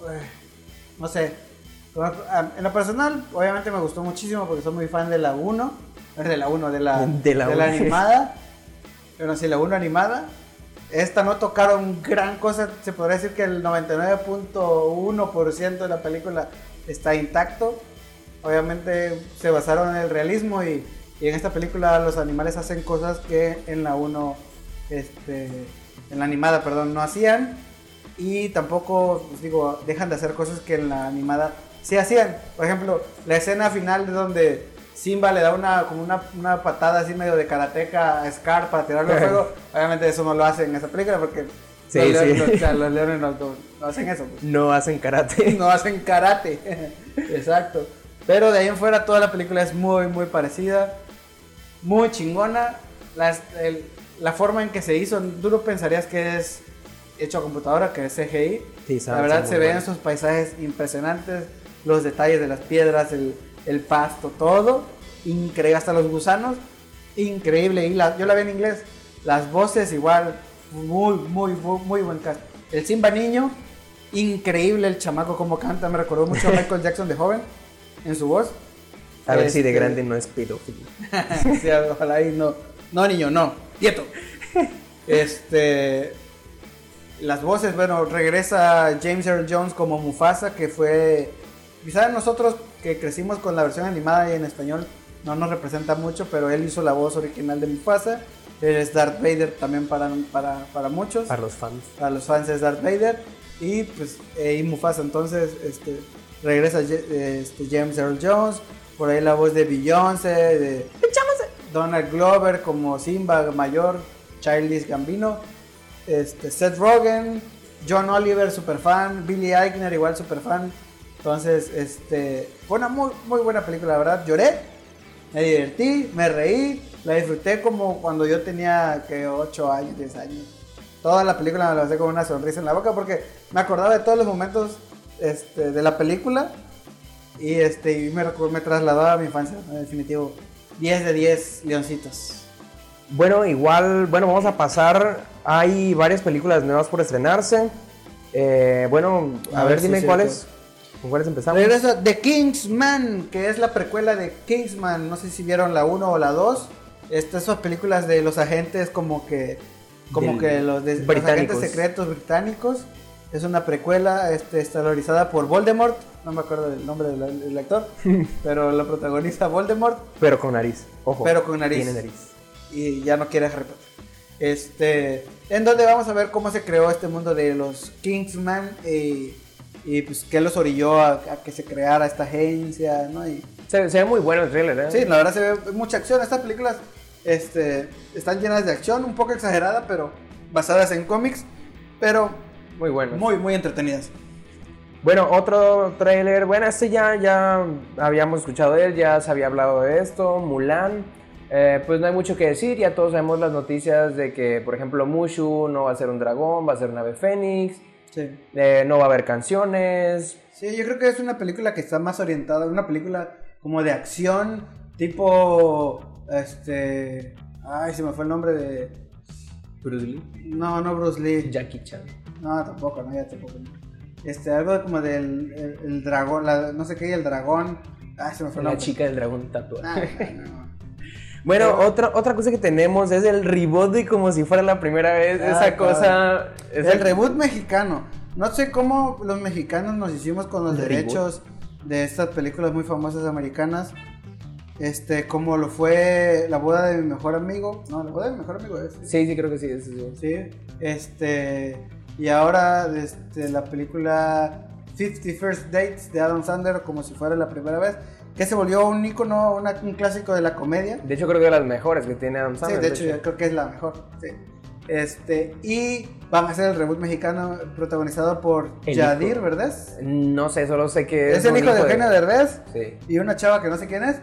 S2: no sé, en lo personal, obviamente me gustó muchísimo porque soy muy fan de la 1, de la 1, de la
S1: uno.
S2: animada. Pero sí, la 1 animada. Esta no tocaron gran cosa, se podría decir que el 99.1% de la película está intacto. Obviamente se basaron en el realismo y en esta película los animales hacen cosas que en la 1, en la animada, perdón, no hacían. Y tampoco, pues digo, dejan de hacer cosas que en la animada sí hacían. Por ejemplo, la escena final de donde Simba le da una patada así medio de karateca a Scar para tirarlo al fuego. Obviamente eso no lo hacen en esa película porque
S1: sí,
S2: los leones no hacen eso. Pues.
S1: No hacen karate.
S2: No hacen karate. Exacto. Pero de ahí en fuera toda la película es muy, muy parecida. Muy chingona. La forma en que se hizo, tú no pensarías que es hecho a computadora, que es CGI.
S1: Sí,
S2: la verdad se ven esos paisajes impresionantes. Los detalles de las piedras, el pasto, todo. Increíble, hasta los gusanos. Increíble. Y yo la vi en inglés. Las voces igual. Muy, muy, muy, muy buen cast. El Simba niño. Increíble el chamaco como canta. Me recordó mucho a Michael Jackson de joven. En su voz.
S1: A ver si de grande no es pedófilo.
S2: Sí, ojalá ahí no. No, niño, no. Quieto. Las voces, bueno, regresa James Earl Jones como Mufasa, que fue... Quizás nosotros que crecimos con la versión animada y en español no nos representa mucho, pero él hizo la voz original de Mufasa. Él es Darth Vader también para muchos.
S1: Para los fans.
S2: Para los fans es Darth Vader. Y pues, y Mufasa, entonces, regresa James Earl Jones. Por ahí la voz de Beyoncé, de Donald Glover como Simba mayor, Childish Gambino, Seth Rogen, John Oliver, super fan, Billy Eichner, igual super fan. Entonces, fue una muy, muy buena película, la verdad. Lloré, me divertí, me reí, la disfruté como cuando yo tenía 8 años, 10 años. Toda la película me la pasé con una sonrisa en la boca porque me acordaba de todos los momentos de la película y me trasladaba a mi infancia, en definitivo. 10 de 10 leoncitos.
S1: Bueno, igual, vamos a pasar. Hay varias películas nuevas por estrenarse. A ver, dime cuáles. ¿Con cuáles empezamos?
S2: Regresa The Kingsman, que es la precuela de Kingsman. No sé si vieron la 1 o la 2. Esas películas de los agentes como que los agentes secretos británicos. Es una precuela estelarizada por Voldemort. No me acuerdo del nombre del actor, pero lo protagoniza Voldemort.
S1: Pero con nariz, ojo.
S2: Pero con nariz.
S1: Tiene nariz.
S2: Y ya no quiere Harry Potter. En donde vamos a ver cómo se creó este mundo de los Kingsman y pues qué los orilló a que se creara esta agencia, ¿no?
S1: Se ve muy bueno el thriller, ¿eh?
S2: Sí, la verdad se ve mucha acción. Estas películas están llenas de acción, un poco exagerada, pero basadas en cómics, pero
S1: muy buenas.
S2: Muy, muy entretenidas.
S1: Bueno, otro tráiler, ya habíamos escuchado de él, ya se había hablado de esto, Mulan. Pues no hay mucho que decir, ya todos sabemos las noticias de que, por ejemplo, Mushu no va a ser un dragón, va a ser un ave fénix.
S2: Sí.
S1: No va a haber canciones.
S2: Sí, yo creo que es una película que está más orientada, una película como de acción, tipo, ay, se me fue el nombre de...
S1: Bruce Lee.
S2: No Bruce Lee.
S1: Jackie Chan.
S2: No, tampoco. Algo como del dragón, no sé qué, el dragón. Ay, se me fue el nombre.
S1: La chica del dragón tatuada.
S2: No.
S1: Bueno, otra cosa que tenemos es el reboot de como si fuera la primera vez. Esa cosa.
S2: El reboot mexicano. No sé cómo los mexicanos nos hicimos con los derechos de estas películas muy famosas americanas. Como lo fue La boda de mi mejor amigo. No, La boda de mi mejor amigo es.
S1: Sí, creo que sí.
S2: Sí. Y ahora la película 50 First Dates de Adam Sandler, como si fuera la primera vez, que se volvió un ícono, un clásico de la comedia.
S1: De hecho, creo que de las mejores que tiene Adam Sandler.
S2: Sí, de hecho, yo creo que es la mejor. Sí. Y van a hacer el reboot mexicano protagonizado por Yadir, ¿verdad?
S1: No sé, solo sé que
S2: es el hijo de Eugenio Derbez.
S1: Sí.
S2: Y una chava que no sé quién es.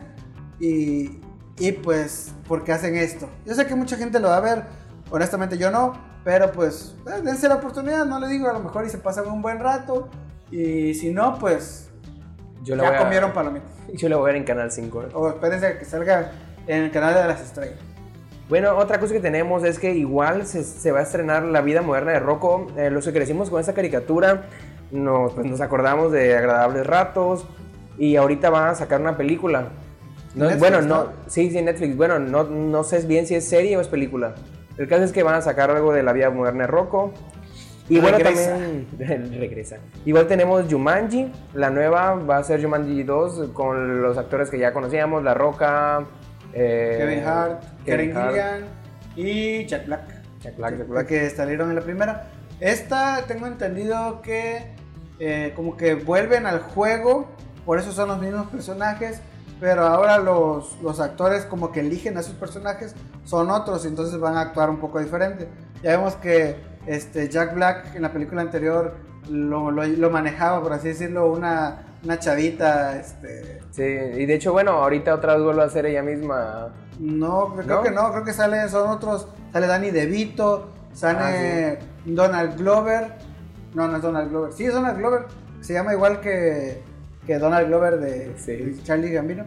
S2: Y pues, ¿por qué hacen esto? Yo sé que mucha gente lo va a ver, honestamente yo no, pero pues, dense la oportunidad, no le digo, a lo mejor y se pasan un buen rato, y si no, pues, ya comieron palomitas.
S1: Yo lo voy a ver en Canal 5.
S2: O espérense a que salga en el canal de las estrellas.
S1: Bueno, otra cosa que tenemos es que igual se va a estrenar La vida moderna de Rocco. Los que crecimos con esta caricatura nos acordamos de agradables ratos, y ahorita van a sacar una película. No,
S2: Netflix,
S1: bueno,
S2: ¿no?
S1: no, sí, Netflix. Bueno, no sé bien si es serie o es película. El caso es que van a sacar algo de la vida moderna de Rocco. Y bueno,
S2: Regresa.
S1: también regresa. Igual tenemos Jumanji, la nueva va a ser Jumanji 2 con los actores que ya conocíamos, La Roca,
S2: Kevin Hart, Karen
S1: Hart,
S2: Gillian y Jack Black.
S1: Jack Black.
S2: Que salieron en la primera. Esta tengo entendido que como que vuelven al juego, por eso son los mismos personajes, pero ahora los actores como que eligen a sus personajes, son otros y entonces van a actuar un poco diferente. Ya vemos que Jack Black en la película anterior lo manejaba, por así decirlo, una chavita.
S1: Sí, y de hecho, bueno, ahorita otra vez vuelve a ser ella misma.
S2: No, creo que no, creo que son otros. Sale Danny DeVito, sale Donald Glover. No es Donald Glover. Sí, es Donald Glover. Se llama igual que Donald Glover de Charlie Gambino.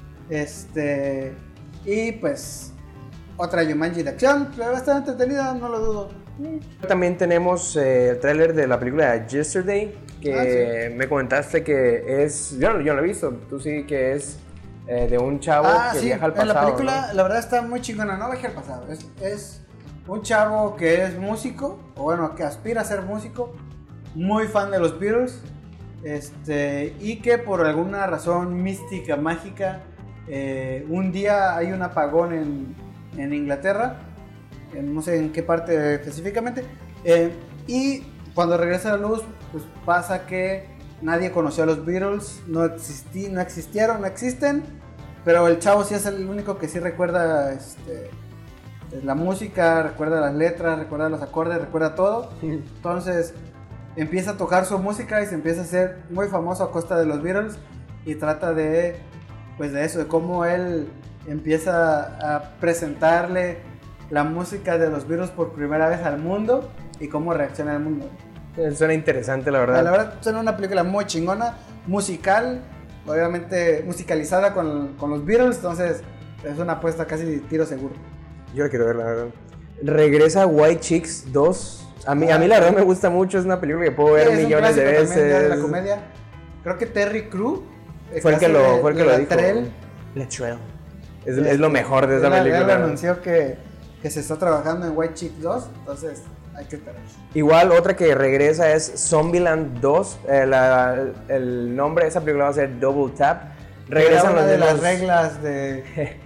S2: Y pues otra Jumanji de acción, pero bastante entretenida, no lo dudo.
S1: También tenemos el tráiler de la película Yesterday, que me comentaste que es, yo no lo he visto, tú sí, que es de un chavo que viaja al pasado.
S2: En la película,
S1: ¿no?
S2: la verdad está muy chingona, no viaja al pasado, es un chavo que es músico, o bueno, que aspira a ser músico, muy fan de los Beatles, y que por alguna razón mística, mágica, un día hay un apagón en Inglaterra, no sé en qué parte específicamente, y cuando regresa la luz, pues pasa que nadie conoció a los Beatles, no existen, pero el chavo sí es el único que sí recuerda la música, recuerda las letras, recuerda los acordes, recuerda todo. Entonces empieza a tocar su música y se empieza a hacer muy famoso a costa de los Beatles y trata de eso, de cómo él empieza a presentarle la música de los Beatles por primera vez al mundo y cómo reacciona el mundo.
S1: Suena interesante, la verdad.
S2: La verdad, suena una película muy chingona, musical, obviamente musicalizada con los Beatles, entonces es una apuesta casi tiro seguro.
S1: Yo la quiero ver, la verdad. Regresa White Chicks 2. A mí la verdad me gusta mucho, es una película que puedo ver millones de veces.
S2: De la comedia. Creo que Terry Crews
S1: fue el que lo dijo.
S2: Latrell.
S1: Es lo mejor de esa película.
S2: Él anunció que se está trabajando en White Chicks 2, entonces hay que esperar.
S1: Igual otra que regresa es Zombieland 2. El nombre de esa película va a ser Double Tap.
S2: Regresan una de las reglas de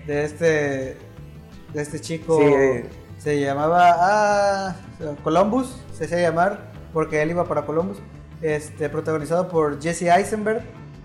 S2: este chico.
S1: Sí.
S2: Se llamaba Columbus, se hacía llamar porque él iba para Columbus. Protagonizado por Jesse Eisenberg.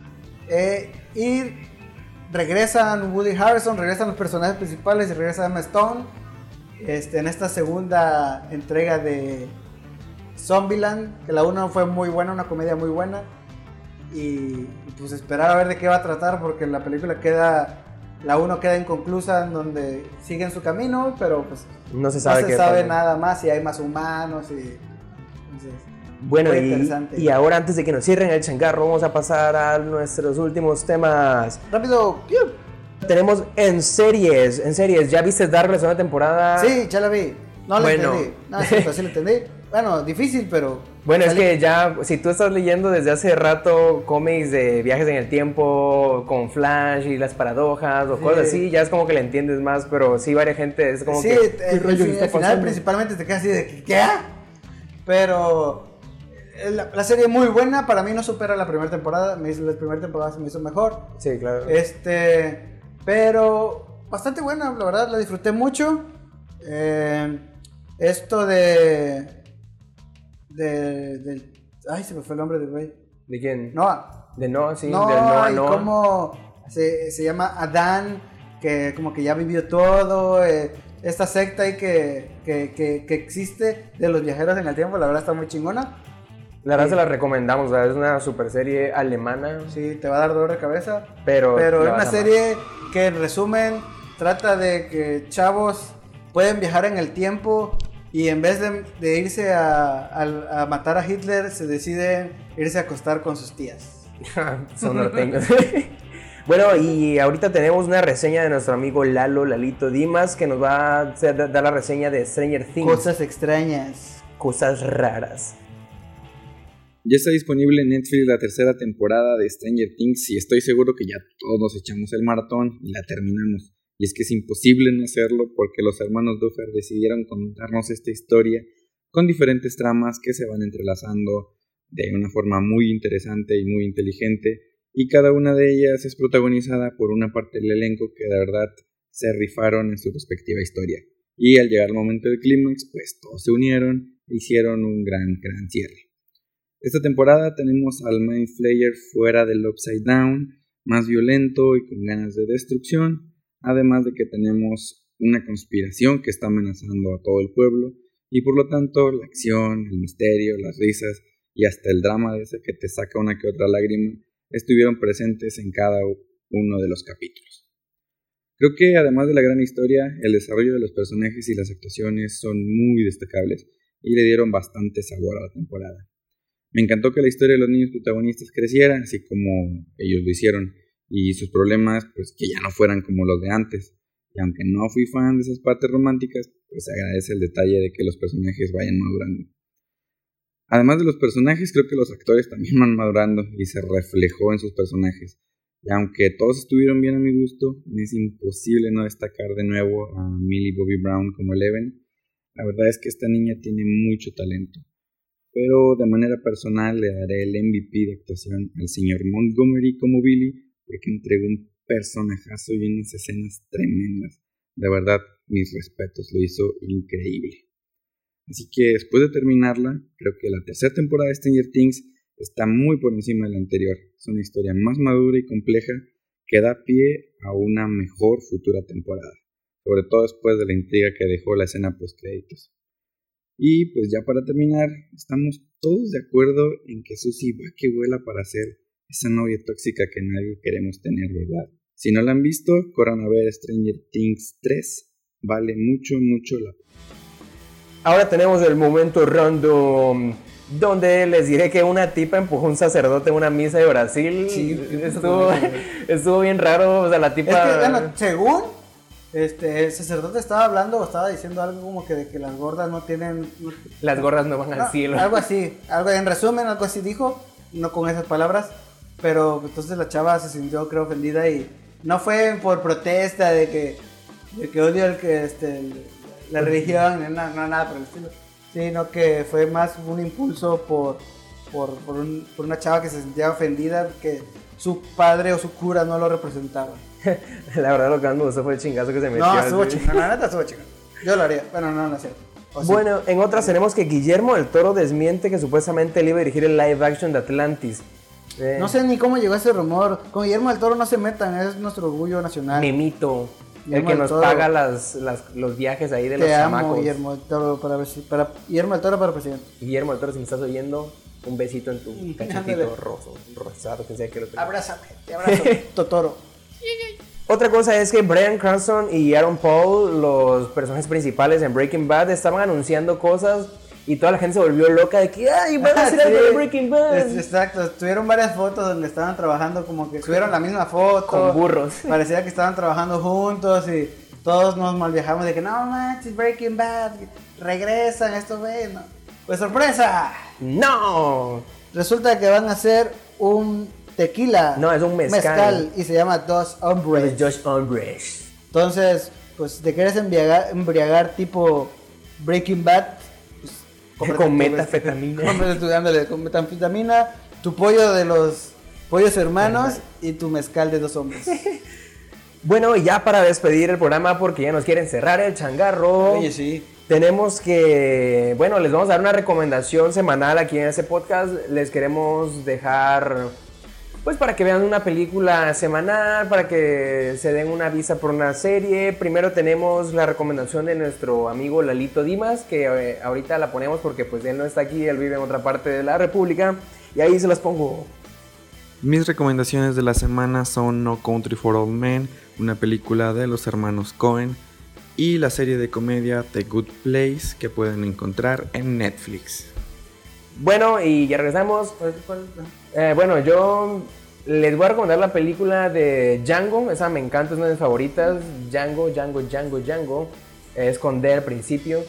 S2: Y regresan Woody Harrelson, regresan los personajes principales y regresa Emma Stone. En esta segunda entrega de Zombieland, que la 1 fue muy buena, una comedia muy buena, y pues esperar a ver de qué va a tratar, porque la película la 1 queda inconclusa, en donde siguen su camino, pero pues
S1: no se sabe
S2: nada más, si hay más humanos, y entonces,
S1: bueno, y ahora antes de que nos cierren el changarro, vamos a pasar a nuestros últimos temas.
S2: Rápido.
S1: Tenemos en series, ¿ya viste Dark la segunda temporada?
S2: Sí, ya la vi. No la entendí. No, sí la entendí. Bueno, difícil, pero...
S1: Bueno, es que ya, si tú estás leyendo desde hace rato cómics de viajes en el tiempo, con Flash y las paradojas o cosas así, ya es como que le entiendes más, pero sí, varias gente es como que...
S2: Sí, al final principalmente te quedas así de ¿qué? Pero... La serie es muy buena, para mí no supera la primera temporada, la primera temporada se me hizo mejor.
S1: Sí, claro.
S2: Pero bastante buena, la verdad, la disfruté mucho. Esto ay, se me fue el nombre del güey.
S1: ¿De quién?
S2: Noah.
S1: De Noah, sí,
S2: Noah,
S1: del Noah.
S2: Cómo se llama Adán, que como que ya vivió todo. Esta secta ahí que existe de los viajeros en el tiempo, la verdad está muy chingona.
S1: La verdad se la recomendamos, es una super serie alemana.
S2: Sí, te va a dar dolor de cabeza.
S1: Pero
S2: es una serie que en resumen trata de que chavos pueden viajar en el tiempo y en vez de irse a matar a Hitler, se deciden irse a acostar con sus tías.
S1: Son norteños. Bueno, y ahorita tenemos una reseña de nuestro amigo Lalito Dimas, que nos va a dar la reseña de Stranger Things.
S2: Cosas extrañas.
S1: Cosas raras.
S3: Ya está disponible en Netflix la tercera temporada de Stranger Things y estoy seguro que ya todos nos echamos el maratón y la terminamos. Y es que es imposible no hacerlo porque los hermanos Duffer decidieron contarnos esta historia con diferentes tramas que se van entrelazando de una forma muy interesante y muy inteligente, y cada una de ellas es protagonizada por una parte del elenco que de verdad se rifaron en su respectiva historia. Y al llegar el momento del clímax, pues todos se unieron e hicieron un gran cierre. Esta temporada tenemos al Mind Flayer fuera del Upside Down, más violento y con ganas de destrucción, además de que tenemos una conspiración que está amenazando a todo el pueblo, y por lo tanto la acción, el misterio, las risas y hasta el drama de ese que te saca una que otra lágrima estuvieron presentes en cada uno de los capítulos. Creo que además de la gran historia, el desarrollo de los personajes y las actuaciones son muy destacables y le dieron bastante sabor a la temporada. Me encantó que la historia de los niños protagonistas creciera, así como ellos lo hicieron, y sus problemas pues que ya no fueran como los de antes. Y aunque no fui fan de esas partes románticas, pues agradece el detalle de que los personajes vayan madurando. Además de los personajes, creo que los actores también van madurando y se reflejó en sus personajes. Y aunque todos estuvieron bien a mi gusto, me es imposible no destacar de nuevo a Millie Bobby Brown como Eleven. La verdad es que esta niña tiene mucho talento. Pero de manera personal le daré el MVP de actuación al señor Montgomery como Billy, porque entregó un personajazo y unas escenas tremendas. De verdad, mis respetos, lo hizo increíble. Así que después de terminarla, creo que la tercera temporada de Stranger Things está muy por encima de la anterior. Es una historia más madura y compleja que da pie a una mejor futura temporada, sobre todo después de la intriga que dejó la escena postcréditos. Y pues ya para terminar, estamos todos de acuerdo en que Susie va que vuela para ser esa novia tóxica que nadie queremos tener, ¿verdad? Si no la han visto, corran a ver Stranger Things 3, vale mucho la pena.
S1: Ahora tenemos el momento random, donde les diré que una tipa empujó a un sacerdote en una misa de Brasil. Sí, estuvo bien raro, o sea, la tipa...
S2: Es que, bueno, según el sacerdote estaba hablando o estaba diciendo algo como que de que las gordas no tienen...
S1: Las gordas no van al cielo.
S2: Algo así, en resumen, algo así dijo, no con esas palabras, pero entonces la chava se sintió, creo, ofendida y no fue por protesta de que odio la religión, no, nada por el estilo, sino que fue más un impulso por una chava que se sentía ofendida que su padre o su cura no lo representaba.
S1: La verdad lo que más me gustó fue el chingazo que se metió.
S2: No, estuvo chingón, la neta estuvo chingón. Yo lo haría, bueno, no es cierto.
S1: Bueno, en otras tenemos que Guillermo del Toro desmiente que supuestamente él iba a dirigir el live action de Atlantis.
S2: No sé ni cómo llegó ese rumor. Con Guillermo del Toro no se metan, es nuestro orgullo nacional.
S1: Mimito. El que nos paga los viajes ahí de los chamacos.
S2: Guillermo del Toro Guillermo del Toro para presidente.
S1: Guillermo del Toro, si me estás oyendo, un besito en tu cachetito rosado, que sea que lo tenga.
S2: Abrázame, te abrazo, Totoro.
S1: Otra cosa es que Bryan Cranston y Aaron Paul, los personajes principales en Breaking Bad, estaban anunciando cosas y toda la gente se volvió loca de que ¡ay, van a hacer algo de Breaking Bad!
S2: Exacto, tuvieron varias fotos donde estaban trabajando, como que subieron la misma foto.
S1: Con burros.
S2: Parecía que estaban trabajando juntos y todos nos malviajamos de que no manches, Breaking Bad, regresan, esto bueno. Pues sorpresa.
S1: ¡No!
S2: Resulta que van a hacer un tequila.
S1: No, es un mezcal.
S2: Y se llama Dos Hombres.
S1: Dos Hombres.
S2: Entonces, pues si te quieres embriagar tipo Breaking Bad, pues,
S1: con metafetamina.
S2: Con metafetamina, tu pollo de los pollos hermanos y tu mezcal de Dos Hombres.
S1: Bueno, y ya para despedir el programa, porque ya nos quieren cerrar el changarro.
S2: Oye, sí.
S1: Tenemos que, bueno, les vamos a dar una recomendación semanal aquí en este podcast. Les queremos dejar, pues para que vean una película semanal, para que se den una vista por una serie. Primero tenemos la recomendación de nuestro amigo Lalito Dimas, que ahorita la ponemos porque pues él no está aquí, él vive en otra parte de la República. Y ahí se las pongo.
S3: Mis recomendaciones de la semana son No Country for Old Men, una película de los hermanos Coen, y la serie de comedia The Good Place, que pueden encontrar en Netflix.
S1: Bueno, y ya regresamos. Bueno, yo les voy a recomendar la película de Django. Esa me encanta, es una de mis favoritas. Django. Es con D al principio.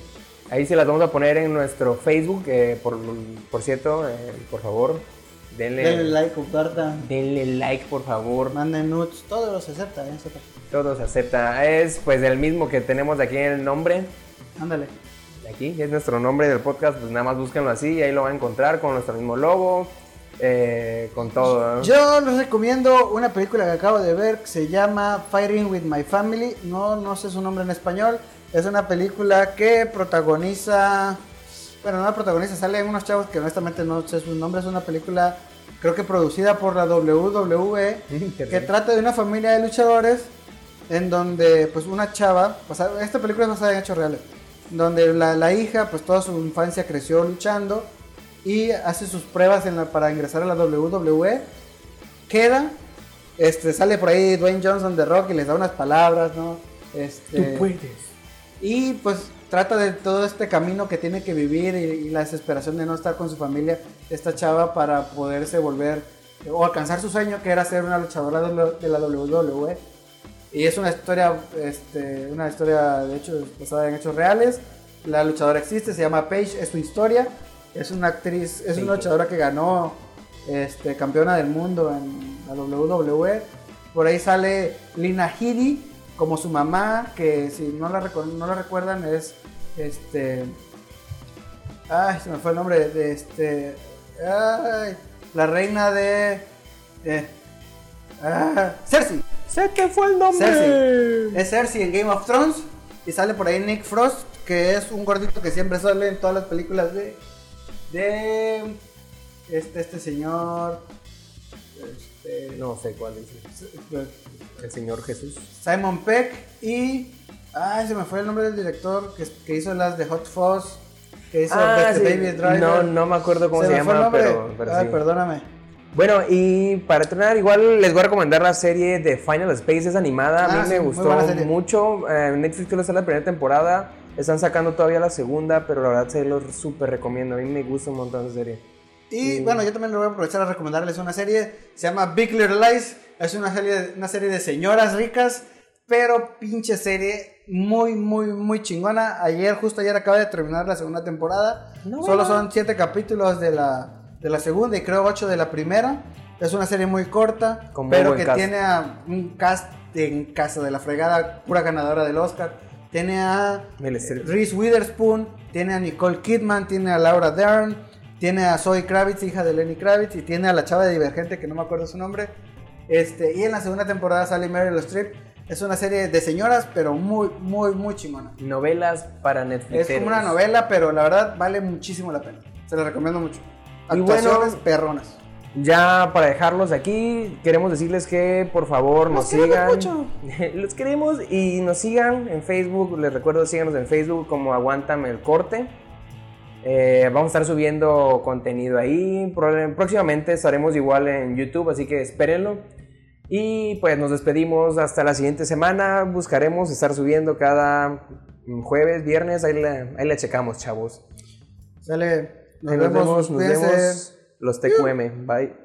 S1: Ahí se las vamos a poner en nuestro Facebook. Por cierto, por favor,
S2: Denle like, compartan.
S1: Denle like, por favor.
S2: Manden nudes, todo se acepta,
S1: Todo se acepta. Es pues el mismo que tenemos aquí en el nombre.
S2: Ándale.
S1: Aquí es nuestro nombre del podcast, pues nada más búsquenlo así y ahí lo van a encontrar con nuestro mismo logo, con todo, ¿no?
S2: Yo les recomiendo una película que acabo de ver que se llama Fighting with My Family. No sé su nombre en español. Es una película que protagoniza... Bueno, no protagoniza, salen unos chavos que honestamente no sé su nombre. Es una película, creo que producida por la WWE, que trata de una familia de luchadores en donde pues una chava, esta película es basada en hechos reales, donde la hija pues toda su infancia creció luchando y hace sus pruebas para ingresar a la WWE, queda, sale por ahí Dwayne Johnson de Rock y les da unas palabras, ¿no?
S1: Tú puedes.
S2: Y pues trata de todo este camino que tiene que vivir y la desesperación de no estar con su familia, esta chava, para poderse volver o alcanzar su sueño, que era ser una luchadora de la WWE. Y es una historia de hecho basada en hechos reales. La luchadora existe, se llama Paige, es su historia. Es una actriz, es una luchadora que ganó campeona del mundo en la WWE. Por ahí sale Lina Headey como su mamá, que si no la recuerdan es ay, se me fue el nombre de la reina de Cersei.
S1: ¡Se te fue el nombre!
S2: Cersei. Es Cersei en Game of Thrones. Y sale por ahí Nick Frost, que es un gordito que siempre sale en todas las películas de este señor.
S1: No sé cuál es. El señor Jesús.
S2: Simon Pegg y... Ay, se me fue el nombre del director que hizo las de Hot Fuzz, que hizo
S1: The
S2: sí. Baby Driver.
S1: No me acuerdo cómo se llama, pero
S2: ay,
S1: sí.
S2: Perdóname.
S1: Bueno, y para terminar, igual les voy a recomendar la serie de Final Space, es animada. A mí me gustó mucho. Netflix solo está la primera temporada. Están sacando todavía la segunda, pero la verdad se los súper recomiendo. A mí me gusta un montón esa serie.
S2: Y bueno, yo también le voy a aprovechar a recomendarles una serie. Se llama Big Little Lies. Es una serie de señoras ricas, pero pinche serie muy chingona. Justo ayer acaba de terminar la segunda temporada. Solo son 7 capítulos de la segunda y creo 8 de la primera. Es una serie muy corta, pero que tiene a un cast en casa de la fregada, pura ganadora del Oscar. Tiene a Reese Witherspoon, tiene a Nicole Kidman, tiene a Laura Dern, tiene a Zoe Kravitz, hija de Lenny Kravitz, y tiene a la chava de Divergente, que no me acuerdo su nombre. Y en la segunda temporada sale Meryl Streep. Es una serie de señoras, pero muy chingona.
S1: Novelas para Netflix.
S2: Es como una novela, pero la verdad vale muchísimo la pena. Se la recomiendo mucho. Actuaciones perronas.
S1: Ya para dejarlos aquí, queremos decirles que por favor nos sigan.
S2: Mucho.
S1: Los queremos y nos sigan en Facebook. Les recuerdo, síganos en Facebook como Aguántame el Corte. Vamos a estar subiendo contenido ahí. Próximamente estaremos igual en YouTube, así que espérenlo. Y pues nos despedimos hasta la siguiente semana. Buscaremos estar subiendo cada jueves, viernes. Ahí la checamos, chavos.
S2: Sale.
S1: Nos vemos. Los TQM. Bye.